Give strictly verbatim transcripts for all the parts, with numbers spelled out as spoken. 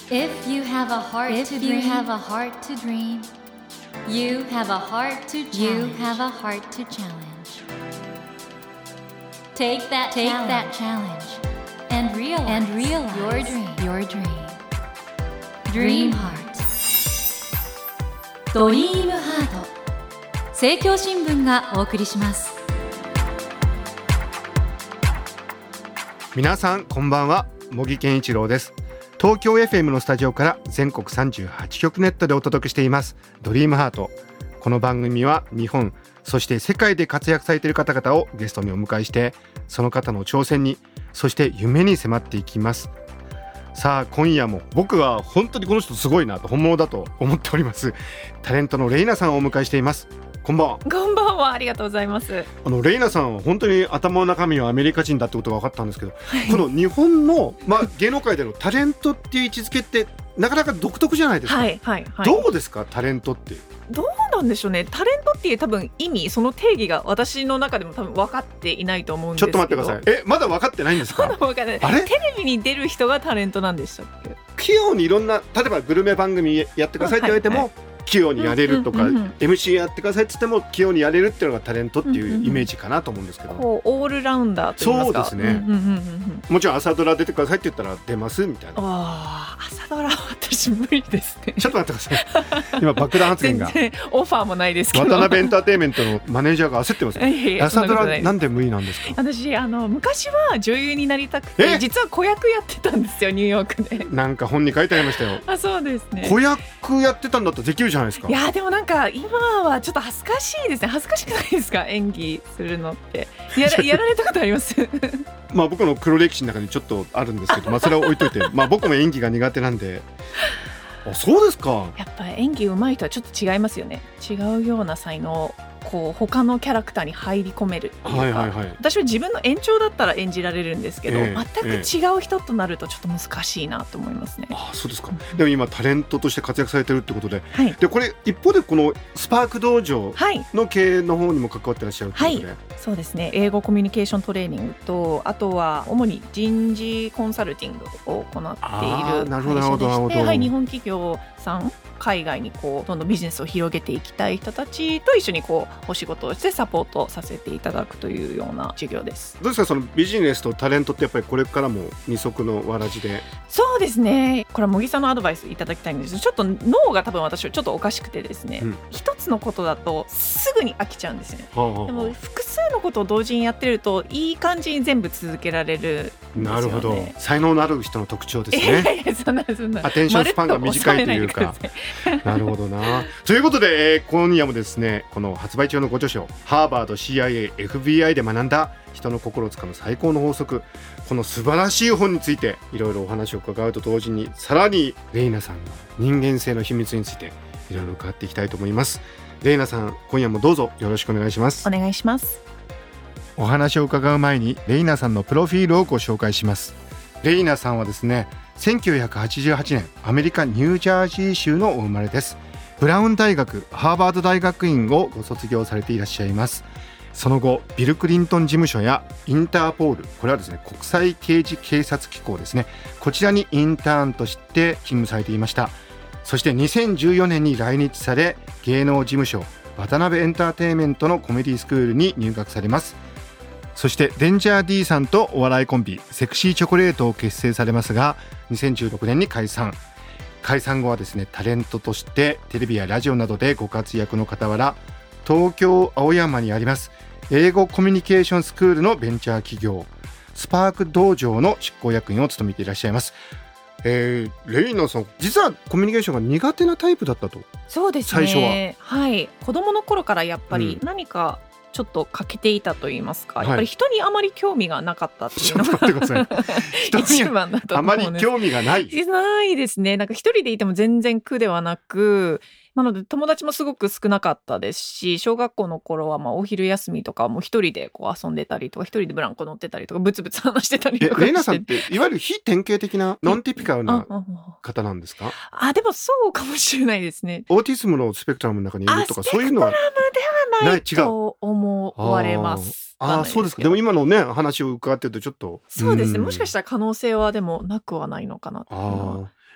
If you have a heart If to you dream, have a heart to dream, you have a heart to challenge. you have a heart to challenge. Take that Take challenge that challenge and realize, and realize your dream. your dream. Dream Dream Heart. Heart ドリームハート政教新聞がお送りします。 皆さんこんばんは、茂木健一郎です。東京 エフエム のスタジオから全国さんじゅうはちきょくネットでお届けしていますドリームハート。この番組は日本そして世界で活躍されている方々をゲストにお迎えして、その方の挑戦にそして夢に迫っていきます。さあ今夜も僕は本当にこの人すごいなと本物だと思っておりますタレントのレイナさんをお迎えしています。こんばんは。 こんばんは、ありがとうございます。 あのレイナさんは本当に頭の中身はアメリカ人だってことが分かったんですけど、この日本の、まあ、芸能界でのタレントっていう位置づけってなかなか独特じゃないですか。 はいはいはい。 どうですかタレントって。 どうなんでしょうね。タレントっていう多分意味、その定義が私の中でも多分分かっていないと思うんですけど。 ちょっと待ってください。えまだ分かってないんですか。 まだ分かんない。 あれテレビに出る人がタレントなんでしたっけ。 器用にいろんな、例えばグルメ番組やってくださいって言われても、はいはい、器用にやれるとか、 うんうんうんうん、 エムシー やってくださいって言っても器用にやれるっていうのがタレントっていうイメージかなと思うんですけど、 うんうんうん、こうオールラウンダーと言いますか。 そうですね、 うんうんうんうん、 もちろん朝ドラ出てくださいって言ったら出ますみたいな。 あ朝ドラは私無理ですね。 ちょっと待ってください今爆弾発言が全然オファーもないですけど、 渡辺エンターテインメントのマネージャーが焦ってますいやいや朝ドラなんで無理なんですか。 私あの昔は女優になりたくて、実は子役やってたんですよ、ニューヨークで。 なんか本に書いてありましたよ。 あ、そうですね。 子役やってたんだったらできるじゃないですか。 いやでもなんか今はちょっと恥ずかしいですね。恥ずかしくないですか、演技するのって。や ら, やられたことありますまあ僕の黒歴史の中にちょっとあるんですけど、まあ、それは置いといてまあ僕も演技が苦手なんで。あ、そうですか。 やっぱり演技上手い人はちょっと違いますよね。違うような才能、こう他のキャラクターに入り込めるっていうか、はいはいはい、私は自分の延長だったら演じられるんですけど、えー、全く違う人となるとちょっと難しいなと思いますね。 ああ、そうですか。でも今タレントとして活躍されてるってことで、 はい、 でこれ一方でこのスパーク道場の経営の方にも関わってらっしゃるということで、 はい、そうですね。英語コミュニケーショントレーニングと、あとは主に人事コンサルティングを行っている会社でして、はい、日本企業さん、海外にこうどんどんビジネスを広げていきたい人たちと一緒にこうお仕事をしてサポートさせていただくというような授業です。 どうですか、そのビジネスとタレントってやっぱりこれからも二足のわらじで。 そうですね。これは茂木さんのアドバイスいただきたいんですけど、ちょっと脳が多分私はちょっとおかしくてですね、うん、一つのことだとすぐに飽きちゃうんですよね、はあはあ、でも複数のことを同時にやってるといい感じに全部続けられるんですよね。 なるほど、才能のある人の特徴ですね。 いやいや、そんなそんなアテンションスパンが短いというかなるほどな。ということで、えー、今夜もですね、この発売中のご著書、ハーバード シーアイエーエフビーアイ で学んだ人の心をつかむ最高の法則、この素晴らしい本についていろいろお話を伺うと同時に、さらにレイナさんの人間性の秘密についていろいろ伺っていきたいと思います。レイナさん、今夜もどうぞよろしくお願いします。 お願いします。 お話を伺う前にレイナさんのプロフィールをご紹介します。レイナさんはですね、せんきゅうひゃくはちじゅうはちねんアメリカニュージャージー州のお生まれです。ブラウン大学、ハーバード大学院をご卒業されていらっしゃいます。その後ビル・クリントン事務所やインターポール、これはですね国際刑事警察機構ですね、こちらにインターンとして勤務されていました。そしてにせんじゅうよねんに来日され、芸能事務所渡辺エンターテインメントのコメディスクールに入学されます。そしてデンジャー D さんとお笑いコンビセクシーチョコレートを結成されますが、にせんじゅうろくねんに解散。解散後はですね、タレントとしてテレビやラジオなどでご活躍の傍ら、東京青山にあります英語コミュニケーションスクールのベンチャー企業スパーク道場の執行役員を務めていらっしゃいます。えー、レイナさん、実はコミュニケーションが苦手なタイプだったと。 そうですね、最初は、はい、子供の頃からやっぱり何かちょっと欠けていたと言いますか、うん、やっぱり人にあまり興味がなかったっていうのが、はい、一番だと思うんです。 あまり興味がないないですね。なんか一人でいても全然苦ではなく、なので友達もすごく少なかったですし、小学校の頃はまあお昼休みとかも一人でこう遊んでたりとか、一人でブランコ乗ってたりとか、ブツブツ話してたりとかして。 レイナさんっていわゆる非典型的なノンティピカルな方なんですか？ あ、でもそうかもしれないですね。 オーティスムのスペクトラムの中にいるとか、そういうのはスペクトラムではないと思われます。 ああ、そうですか。でも今のね話を伺ってるとちょっと、 そうですね、もしかしたら可能性はでもなくはないのかなっていうのは。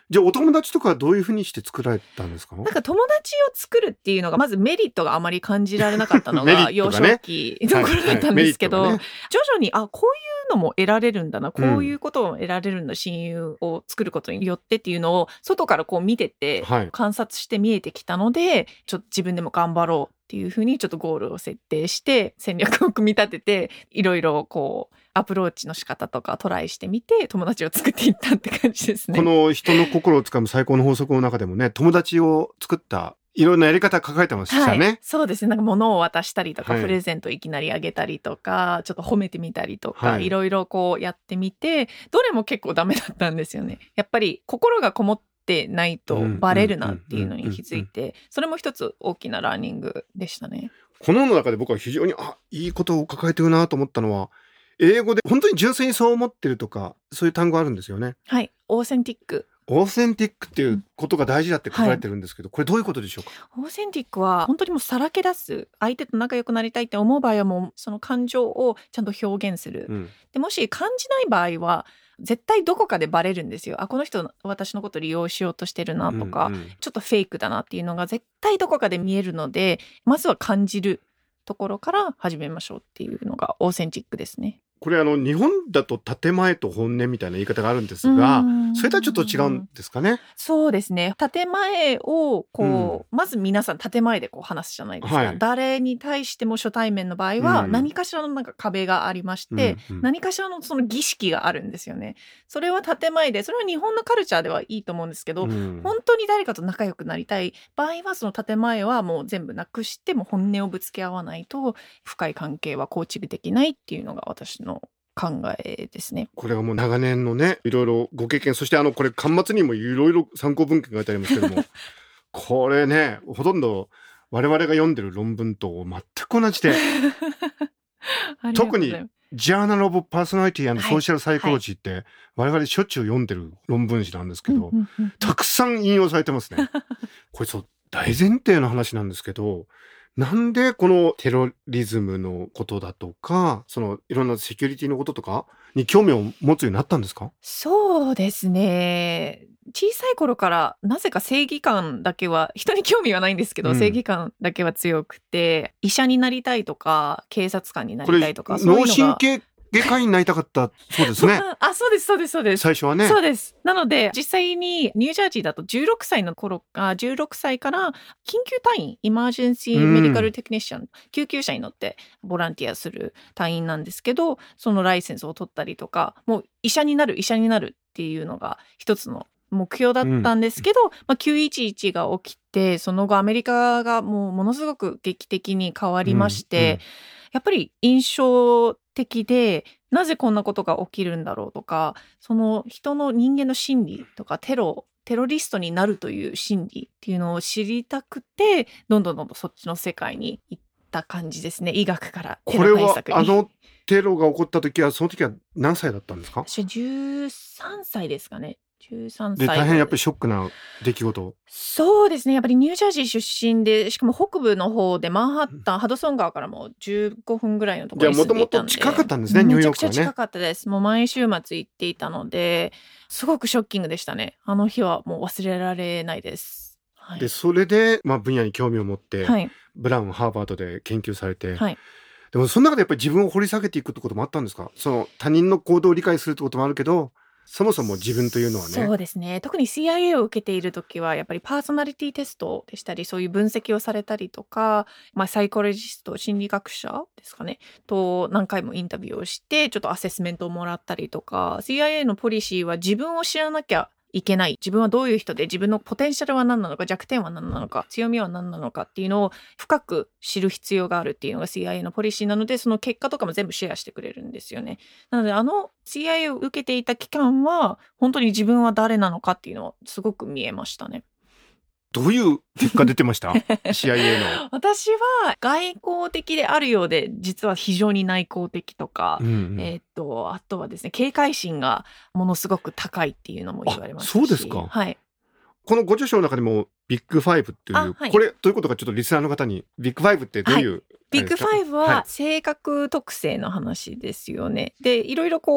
じゃあお友達とかはどういうふうにして作られたんですか？ なんか友達を作るっていうのがまずメリットがあまり感じられなかったのが幼少期のところだったんですけど、はいはいね、徐々にあこういうのも得られるんだな、こういうことも得られるんだ、親友を作ることによってっていうのを外からこう見てて、はい、観察して見えてきたので、ちょっと自分でも頑張ろうっていうふうにちょっとゴールを設定して戦略を組み立てて、いろいろこうアプローチの仕方とかトライしてみて友達を作っていったって感じですね。 この人の心をつかむ最高の法則の中でもね、友達を作ったいろんなやり方抱えてましたね、 はい、そうですね。なんか物を渡したりとか、はい、プレゼントいきなりあげたりとか、ちょっと褒めてみたりとか、はい、いろいろこうやってみて、どれも結構ダメだったんですよね。やっぱり心がこもってないとバレるなっていうのに気づいて、それも一つ大きなラーニングでしたね。 この中で僕は非常にあいいことを抱えてるなと思ったのは、英語で本当に純粋にそう思ってるとか、そういう単語あるんですよね。 はい、オーセンティック。 オーセンティックっていうことが大事だって書かれてるんですけど、はい、これどういうことでしょうか？ オーセンティックは本当にもうさらけ出す、相手と仲良くなりたいって思う場合はもうその感情をちゃんと表現する、うん、でもし感じない場合は絶対どこかでバレるんですよ。あ、この人私のこと利用しようとしてるなとか、うんうん、ちょっとフェイクだなっていうのが絶対どこかで見えるので、まずは感じるところから始めましょうっていうのがオーセンティックですね。 これあの日本だと建前と本音みたいな言い方があるんですが、それとはちょっと違うんですかね。 そうですね。建前をこう、うん、まず皆さん建前でこう話すじゃないですか、はい、誰に対しても初対面の場合は何かしらのなんか壁がありまして、うんうん、何かしらのその儀式があるんですよね。それは建前で、それは日本のカルチャーではいいと思うんですけど、うん、本当に誰かと仲良くなりたい場合はその建前はもう全部なくして、も本音をぶつけ合わないと深い関係は構築できないっていうのが私の考えですね。 これはもう長年のね、いろいろご経験、そしてあのこれ巻末にもいろいろ参考文献が書いてありますけどもこれね、ほとんど我々が読んでる論文と全く同じで特にジャーナルオブパーソナリティ&ソーシャルサイコロジーって我々しょっちゅう読んでる論文誌なんですけど、たくさん引用されてますねこれそう大前提の話なんですけど、なんでこのテロリズムのことだとか、そのいろんなセキュリティのこととかに興味を持つようになったんですか？ そうですね。小さい頃からなぜか正義感だけは、人に興味はないんですけど、うん、正義感だけは強くて、医者になりたいとか警察官になりたいとか、そういうのが脳神経外科医になりたかったそうですねあ、そうですそうですそうです。 最初はね。 そうです。なので実際にニュージャージーだとじゅうろくさいの頃あじゅうろくさいから緊急隊員、イマージェンシーメディカルテクニシャン、うん、救急車に乗ってボランティアする隊員なんですけど、そのライセンスを取ったりとか、もう医者になる医者になるっていうのが一つの目標だったんですけど、うんまあ、きゅういちいちが起きて、その後アメリカがもうものすごく劇的に変わりまして、うんうん、やっぱり印象的で、なぜこんなことが起きるんだろうとか、その人の人間の心理とかテロテロリストになるという心理っていうのを知りたくて、どんどんどんどんそっちの世界に行った感じですね。医学からテロ対策に。 これはあのテロが起こった時は、その時は何歳だったんですか？ 私はじゅうさんさいですかね。じゅうさんさいで大変やっぱりショックな出来事。 そうですね。やっぱりニュージャージー出身で、しかも北部の方でマンハッタン、ハドソン川からもじゅうごふんぐらいのところに住んでいたんで、 もともと近かったんですね、ニューヨークはね。 めちゃくちゃ近かったです。もう毎週末行っていたので、すごくショッキングでしたね。あの日はもう忘れられないです。はい、 でそれで、まあ、分野に興味を持って、はい、ブラウンハーバードで研究されて、はい、でもその中でやっぱり自分を掘り下げていくってこともあったんですか？その他人の行動を理解するってこともあるけど、そもそも自分というのはね。 そうですね。特に シーアイエー を受けている時はやっぱりパーソナリティテストでしたり、そういう分析をされたりとか、まあ、サイコロジスト、心理学者ですかねと何回もインタビューをしてちょっとアセスメントをもらったりとか、 シーアイエー のポリシーは自分を知らなきゃいけない、自分はどういう人で、自分のポテンシャルは何なのか、弱点は何なのか、強みは何なのかっていうのを深く知る必要があるっていうのが シーアイエー のポリシーなので、その結果とかも全部シェアしてくれるんですよね。なのであの シーアイエー を受けていた期間は本当に自分は誰なのかっていうのはすごく見えましたね。 どういう結果出てました？シーアイエー の。 私は外交的であるようで、実は非常に内向的とか、うんうん、えー、っとあとはですね、警戒心がものすごく高いっていうのも言われますし。 そうですか。 はい。 このご著書の中でもビッグファイブっていう、はい、これどういうことかちょっとリスナーの方に、ビッグファイブってどういう、はい、 ビッグファイブは性格特性の話ですよね。で、いろいろこう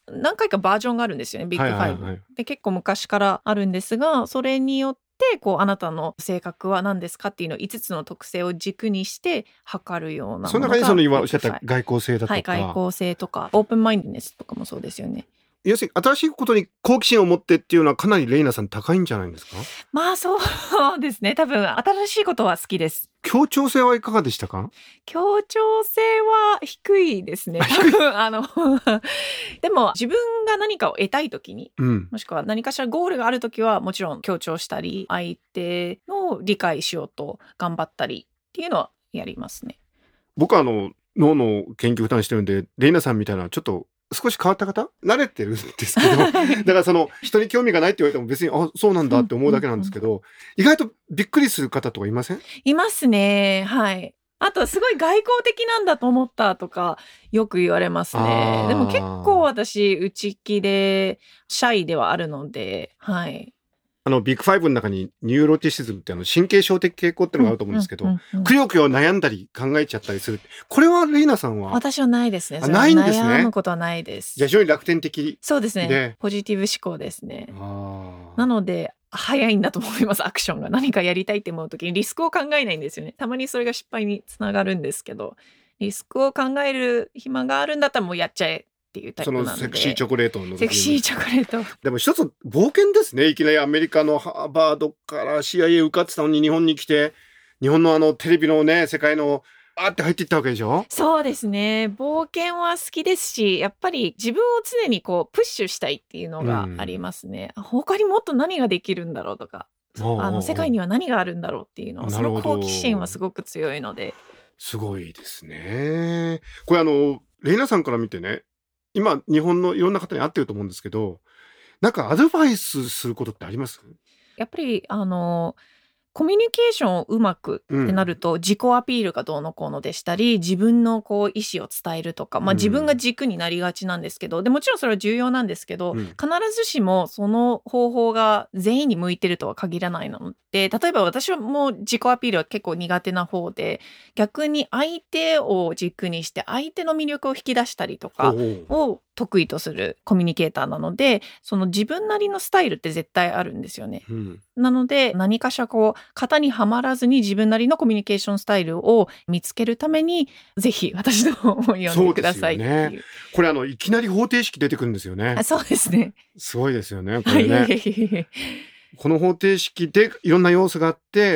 何回かバージョンがあるんですよね、ビッグファイブ、 はいはいはい、 で結構昔からあるんですが、それによってこうあなたの性格は何ですかっていうのをいつつの特性を軸にして測るようなものが、 その中にその今おっしゃった外交性だとか、 はい、外交性とかオープンマインドネスとかもそうですよね。 要するに新しいことに好奇心を持ってっていうのはかなりレイナさん高いんじゃないですか？ まあそうですね、多分新しいことは好きです。 協調性はいかがでしたか？ 協調性は低いですね多分あのでも自分が何かを得たいときに、うん、もしくは何かしらゴールがあるときはもちろん協調したり相手の理解しようと頑張ったりっていうのはやりますね。 僕はあの脳の研究負担してるんで、レイナさんみたいなちょっと少し変わった方慣れてるんですけどだからその人に興味がないって言われても別にあそうなんだって思うだけなんですけど、うんうんうん、意外とびっくりする方とかいません？ いますね。はい。あとすごい外交的なんだと思ったとかよく言われますね。でも結構私内気でシャイではあるので、はい。 あのビッグファイブの中にニューロティシズムってあの神経症的傾向っていうのがあると思うんですけど、うんうんうんうん、くよくよ悩んだり考えちゃったりする。これはレイナさんは？ 私はないですね。 ないんですね。 悩むことはないです。 じゃあ非常に楽天的。 そうですね。ポジティブ思考ですね。あなので早いんだと思います。アクションが何かやりたいって思うときにリスクを考えないんですよね。たまにそれが失敗につながるんですけど、リスクを考える暇があるんだったらもうやっちゃえっていうタイプなんで。 そのセクシーチョコレートのセクシーチョコレートでも一つ冒険ですね。いきなりアメリカのハーバードから シーアイエー 受かってたのに日本に来て、日本のあのテレビのね世界のあって入っていったわけでしょ？そうですね。冒険は好きですし、やっぱり自分を常にこうプッシュしたいっていうのがありますね、うん、他にもっと何ができるんだろうとか、あの世界には何があるんだろうっていうのは、その好奇心はすごく強いので。 すごいですね。これあのレイナさんから見てね、今日本のいろんな方に会ってると思うんですけど、なんかアドバイスすることってあります？ やっぱりあのコミュニケーションをうまくってなると、うん、自己アピールがどうのこうのでしたり、自分のこう意思を伝えるとか、まあ、自分が軸になりがちなんですけど、でもちろんそれは重要なんですけど、うん、必ずしもその方法が全員に向いてるとは限らないので、例えば私はもう自己アピールは結構苦手な方で、逆に相手を軸にして相手の魅力を引き出したりとかを得意とするコミュニケーターなので、その自分なりのスタイルって絶対あるんですよね、うん、なので何かしらこう型にはまらずに自分なりのコミュニケーションスタイルを見つけるためにぜひ私の本を読んでくださいっていう。そうですよね。 これあのいきなり方程式出てくるんですよね。 あ、そうですね。 すごいですよねこれねこの方程式でいろんな要素があって、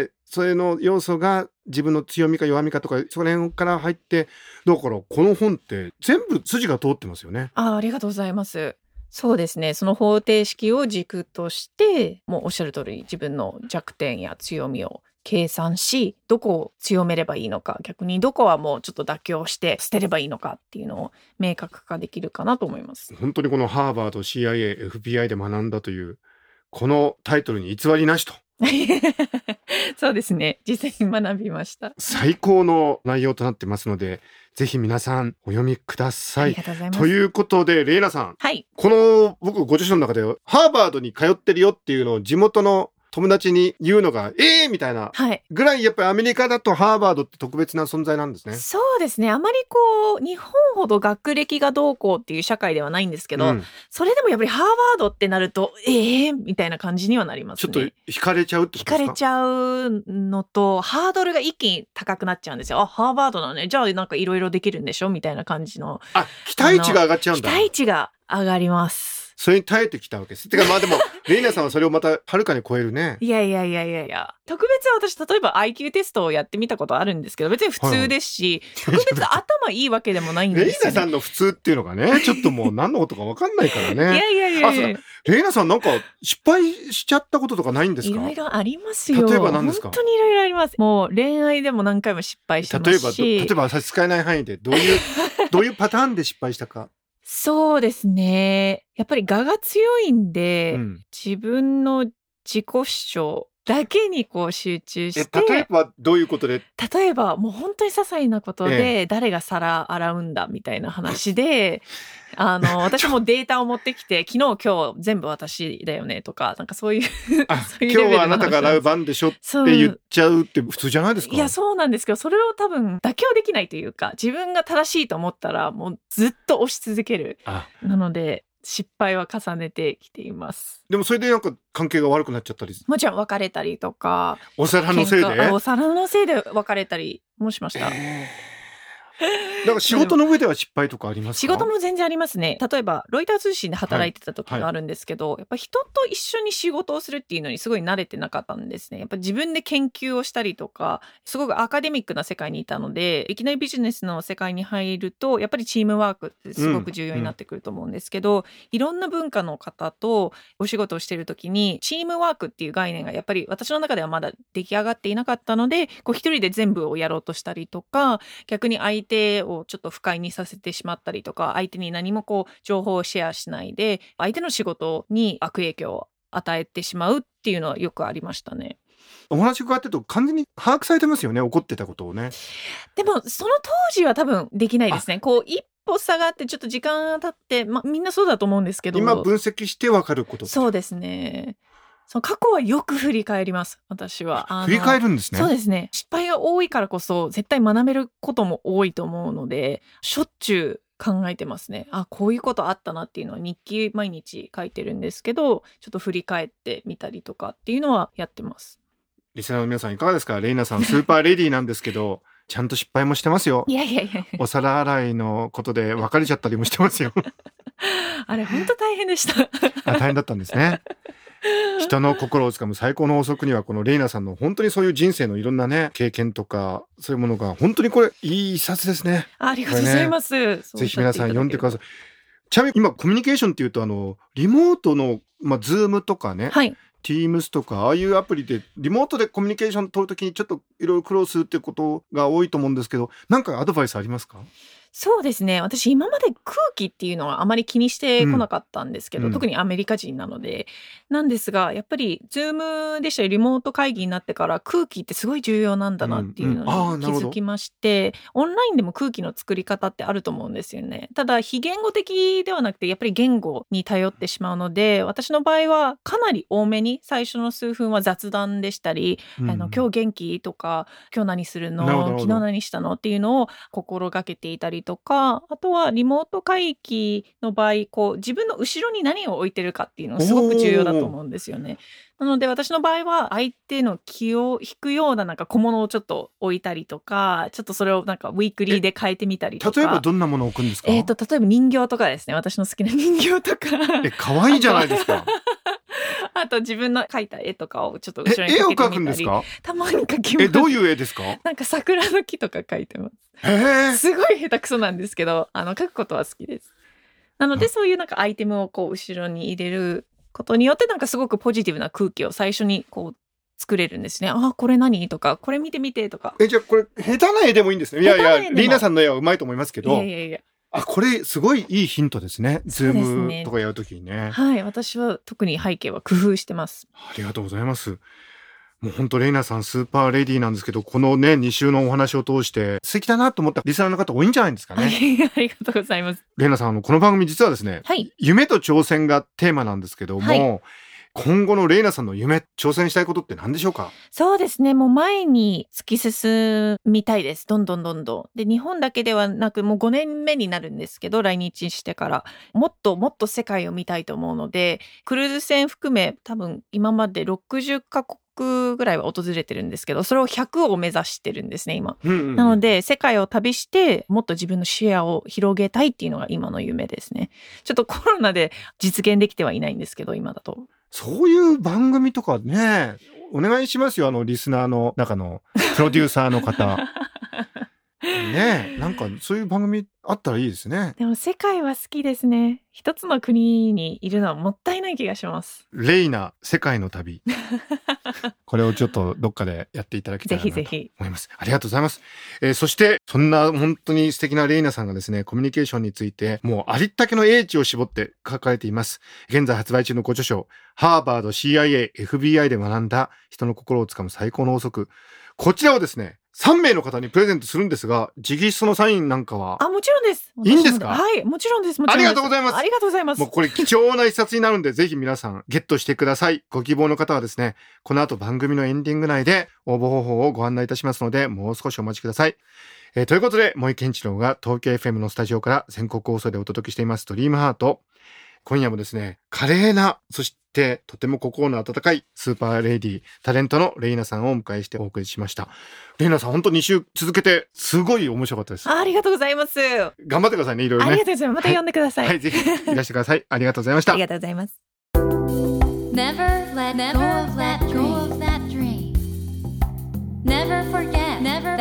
それの要素が自分の強みか弱みかとかその辺から入って、だからこの本って全部筋が通ってますよね。 あ、ありがとうございます。そうですね。その方程式を軸としてもうおっしゃる通り自分の弱点や強みを計算し、どこを強めればいいのか、逆にどこはもうちょっと妥協して捨てればいいのかっていうのを明確化できるかなと思います。 本当にこのハーバード シーアイエー エフビーアイ で学んだというこのタイトルに偽りなしとそうですね。実際に学びました。 最高の内容となってますので、ぜひ皆さんお読みください。 ありがとうございます。 ということでレイナさん、 はい、 この僕ご著書の中でハーバードに通ってるよっていうのを地元の友達に言うのがえーみたいなぐらい、やっぱりアメリカだとハーバードって特別な存在なんですね。 そうですね。あまりこう日本ほど学歴がどうこうっていう社会ではないんですけど、うん、それでもやっぱりハーバードってなるとえーみたいな感じにはなりますね。 ちょっと惹かれちゃうってことですか？ 惹かれちゃうのと、ハードルが一気に高くなっちゃうんですよ。あ、ハーバードだね、じゃあなんかいろいろできるんでしょみたいな感じの。 あ、期待値が上がっちゃうんだ。 期待値が上がります。 それに耐えてきたわけです。てかまあでもレイナさんはそれをまたはるかに超えるね。 いやいやいやいやいや。特別は私例えば アイキュー テストをやってみたことあるんですけど、別に普通ですし、はい、特別頭いいわけでもないんですよ、ね。 レイナさんの普通っていうのがね、ちょっともう何のことか分かんないからね。 いやいやいやいや。 レイナさんなんか失敗しちゃったこととかないんですか？ いろいろありますよ。 例えば何ですか？ 本当にいろいろあります。もう恋愛でも何回も失敗してますし。 例えば例えば差し支えない範囲でどういうどういうパターンで失敗したか？ そうですね。やっぱり我が強いんで、うん、自分の自己主張だけにこう集中して。 例えばどういうことで？ 例えばもう本当に些細なことで誰が皿洗うんだみたいな話で、あの私もデータを持ってきて昨日今日全部私だよねとか、なんかそういうあそういう今日はあなたが洗う番でしょって言っちゃうって普通じゃないですか？ いやそうなんですけど、それを多分妥協できないというか、自分が正しいと思ったらもうずっと押し続ける。なので失敗は重ねてきています。 でもそれでなんか関係が悪くなっちゃったり、 もちろん別れたりとか、 お皿のせいでお皿のせいで別れたりもしました。 えーだから仕事の上では失敗とかありますか？ 仕事も全然ありますね。例えばロイター通信で働いてた時があるんですけど、はいはい、やっぱ人と一緒に仕事をするっていうのにすごい慣れてなかったんですね。やっぱ自分で研究をしたりとか、すごくアカデミックな世界にいたので、いきなりビジネスの世界に入るとやっぱりチームワークってすごく重要になってくると思うんですけど、うんうん、いろんな文化の方とお仕事をしている時にチームワークっていう概念がやっぱり私の中ではまだ出来上がっていなかったので、こう一人で全部をやろうとしたりとか、逆に相手をちょっと不快にさせてしまったりとか、相手に何もこう情報をシェアしないで相手の仕事に悪影響を与えてしまうっていうのはよくありましたね。 お話伺ってると完全に把握されてますよね、怒ってたことをね。 でもその当時は多分できないですね。こう一歩下がってちょっと時間が経って、ま、みんなそうだと思うんですけど、 今分析して分かること。 そうですね。その過去はよく振り返ります。私は振り返るんですね。 そうですね。失敗が多いからこそ絶対学べることも多いと思うので、しょっちゅう考えてますね。あ、こういうことあったなっていうのは日記毎日書いてるんですけど、ちょっと振り返ってみたりとかっていうのはやってます。 リスナーの皆さんいかがですか？レイナさんスーパーレディーなんですけどちゃんと失敗もしてますよ。 いやいやいやお皿洗いのことで別れちゃったりもしてますよあれ本当大変でしたあ、大変だったんですね。人の心をつかむ最高の法則にはこのレイナさんの本当にそういう人生のいろんなね経験とかそういうものが本当にこれいい一冊ですね。 ありがとうございます、ね、 ぜひ皆さん読んでください。ちなみに今コミュニケーションっていうとあのリモートの、まあ、ズームとかね、 はい、 Teams とかああいうアプリでリモートでコミュニケーション取るときにちょっといろいろ苦労するっていうことが多いと思うんですけど、なんかアドバイスありますか？ そうですね。私今まで空気っていうのはあまり気にしてこなかったんですけど、うん、特にアメリカ人なのでなんですが、やっぱりズームでしたりリモート会議になってから空気ってすごい重要なんだなっていうのに気づきまして、うんうん、オンラインでも空気の作り方ってあると思うんですよね。ただ非言語的ではなくてやっぱり言語に頼ってしまうので、私の場合はかなり多めに最初の数分は雑談でしたり、うん、あの今日元気とか今日何するの、昨日何したのっていうのを心がけていたりとか、あとはリモート会議の場合こう自分の後ろに何を置いてるかっていうのがすごく重要だと思うんですよね。なので私の場合は相手の気を引くようななんか小物をちょっと置いたりとか、ちょっとそれをなんかウィークリーで変えてみたりとか。 例えばどんなものを置くんですか？ えーと、例えば人形とかですね。私の好きな人形とか。 え、可愛いじゃないですか。 あと自分の描いた絵とかをちょっと後ろにかけてみたり。 絵を描くんですか？ たまに描きます。 え、どういう絵ですか？ なんか桜の木とか描いてます。 へー。 すごい下手くそなんですけど、あの描くことは好きです。なのでそういうなんかアイテムをこう後ろに入れることによってなんかすごくポジティブな空気を最初にこう作れるんですね。あ、これ何とか、これ見てみてとか。 え、じゃあこれ下手な絵でもいいんですね。いやいや、リーナさんの絵はうまいと思いますけど。 いやいやいや。 あ、これすごいいいヒントですね。ズームとかやるときにね。 はい、私は特に背景は工夫してます。 ありがとうございます。もう本当レイナさんスーパーレディーなんですけど、このねに週のお話を通して素敵だなと思ったリスナーの方多いんじゃないですかね。 ありがとうございます。 レイナさん、あのこの番組実はですね、 はい、 夢と挑戦がテーマなんですけども、はい、今後のレイナさんの夢、挑戦したいことって何でしょうか？ そうですね、もう前に突き進みたいです。どんどんどんどん。で、日本だけではなく、もうごねんめになるんですけど、来日してから。もっともっと世界を見たいと思うので、クルーズ船含め、多分今までろくじゅっかこくぐらいは訪れてるんですけど、それをひゃくを目指してるんですね、今。うんうんうん、なので、世界を旅して、もっと自分の視野を広げたいっていうのが今の夢ですね。ちょっとコロナで実現できてはいないんですけど、今だと。 そういう番組とかね、お願いしますよ。あのリスナーの中のプロデューサーの方ねえ、なんかそういう番組あったらいいですね。 でも世界は好きですね。一つの国にいるのはもったいない気がします。 レイナ世界の旅これをちょっとどっかでやっていただきたいなと思います。ぜひぜひ。ありがとうございます。えー、そしてそんな本当に素敵なレイナさんがですね、コミュニケーションについてもうありったけの英知を絞って書かれています。現在発売中のご著書、ハーバード シーアイエー エフビーアイ で学んだ人の心をつかむ最高の法則、こちらをですねさんめいの方にプレゼントするんですが、直筆のサインなんかは？ あ、もちろんです。 いいんですか？ はい、もちろんです。もちろんです。 ありがとうございます。 ありがとうございます。 もうこれ貴重な一冊になるんで、ぜひ皆さんゲットしてください。ご希望の方はですね、この後番組のエンディング内で応募方法をご案内いたしますので、もう少しお待ちください。えー、ということで、森健一郎が東京 エフエム のスタジオから全国放送でお届けしていますドリームハート。 今夜もですね、華麗な、そしてとても心の温かいスーパーレディー、タレントのレイナさんをお迎えしてお送りしました。レイナさん、本当に週続けてすごい面白かったです。 あ, ありがとうございます。 頑張ってくださいね、いろいろね。 ありがとうございます。また呼んでください。 はい、はい、ぜひいらしてください。ありがとうございました。 ありがとうございます。 Never let go of that dream. Never forget that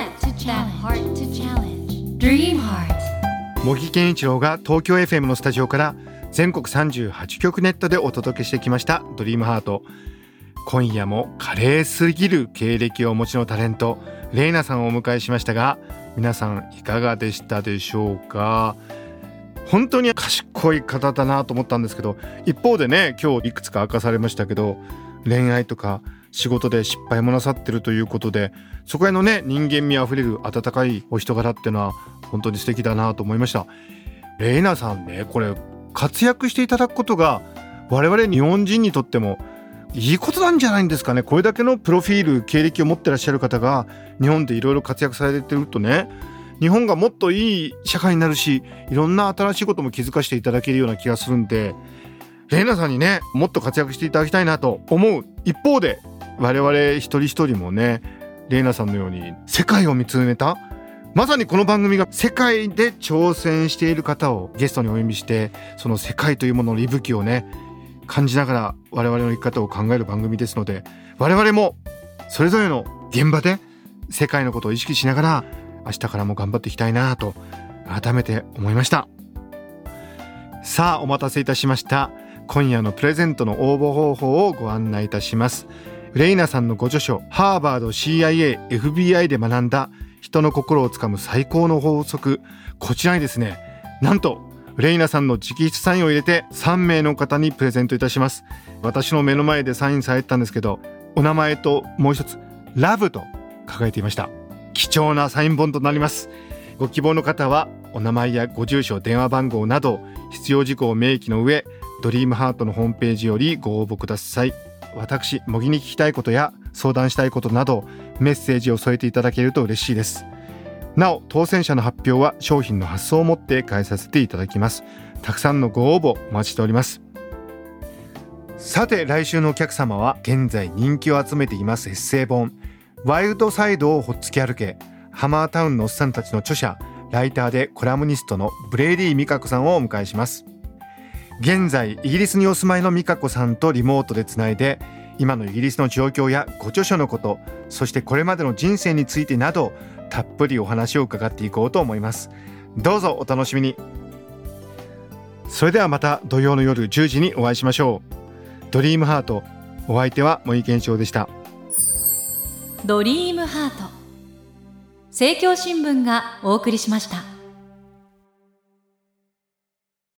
heart to challenge. Dream Heart. 茂木健一郎が東京 エフエム のスタジオから全国さんじゅうはちきょくネットでお届けしてきましたドリームハート。今夜も華麗すぎる経歴をお持ちのタレントレイナさんをお迎えしましたが、皆さんいかがでしたでしょうか。本当に賢い方だなと思ったんですけど、一方でね、今日いくつか明かされましたけど、恋愛とか仕事で失敗もなさってるということで、そこへのね、人間味あふれる温かいお人柄っていうのは本当に素敵だなと思いました。レイナさんね、これ活躍していただくことが我々日本人にとってもいいことなんじゃないんですかね。これだけのプロフィール経歴を持ってらっしゃる方が日本でいろいろ活躍されてるとね、日本がもっといい社会になるし、いろんな新しいことも気づかせていただけるような気がするんで、レイナさんにね、もっと活躍していただきたいなと思う一方で、我々一人一人もね、レイナさんのように世界を見つめた、まさにこの番組が世界で挑戦している方をゲストにお呼びして、その世界というものの息吹をね感じながら我々の生き方を考える番組ですので、我々もそれぞれの現場で世界のことを意識しながら明日からも頑張っていきたいなと改めて思いました。さあ、お待たせいたしました。今夜のプレゼントの応募方法をご案内いたします。レイナさんのご著書、ハーバード シーアイエー エフビーアイ で学んだ人の心をつかむ最高の法則、こちらにですね、なんとレイナさんの直筆サインを入れてさんめいの方にプレゼントいたします。私の目の前でサインされてたんですけど、お名前ともう一つラブと書かれていました。貴重なサイン本となります。ご希望の方はお名前やご住所、電話番号など必要事項を明記の上、ドリームハートのホームページよりご応募ください。私、茂木に聞きたいことや相談したいことなどメッセージを添えていただけると嬉しいです。なお、当選者の発表は商品の発送をもって返させていただきます。たくさんのご応募お待ちしております。さて、来週のお客様は現在人気を集めていますエッセイ本、ワイルドサイドをほっつき歩け、ハマータウンのおっさんたちの著者、ライターでコラムニストのブレイディ・ミカコさんをお迎えします。現在イギリスにお住まいのミカコさんとリモートでつないで、今のイギリスの状況やご著書のこと、そしてこれまでの人生についてなどたっぷりお話を伺っていこうと思います。どうぞお楽しみに。それではまた土曜の夜じゅうじにお会いしましょう。ドリームハート、お相手は茂木健一郎でした。 ドリームハート、政教新聞がお送りしました。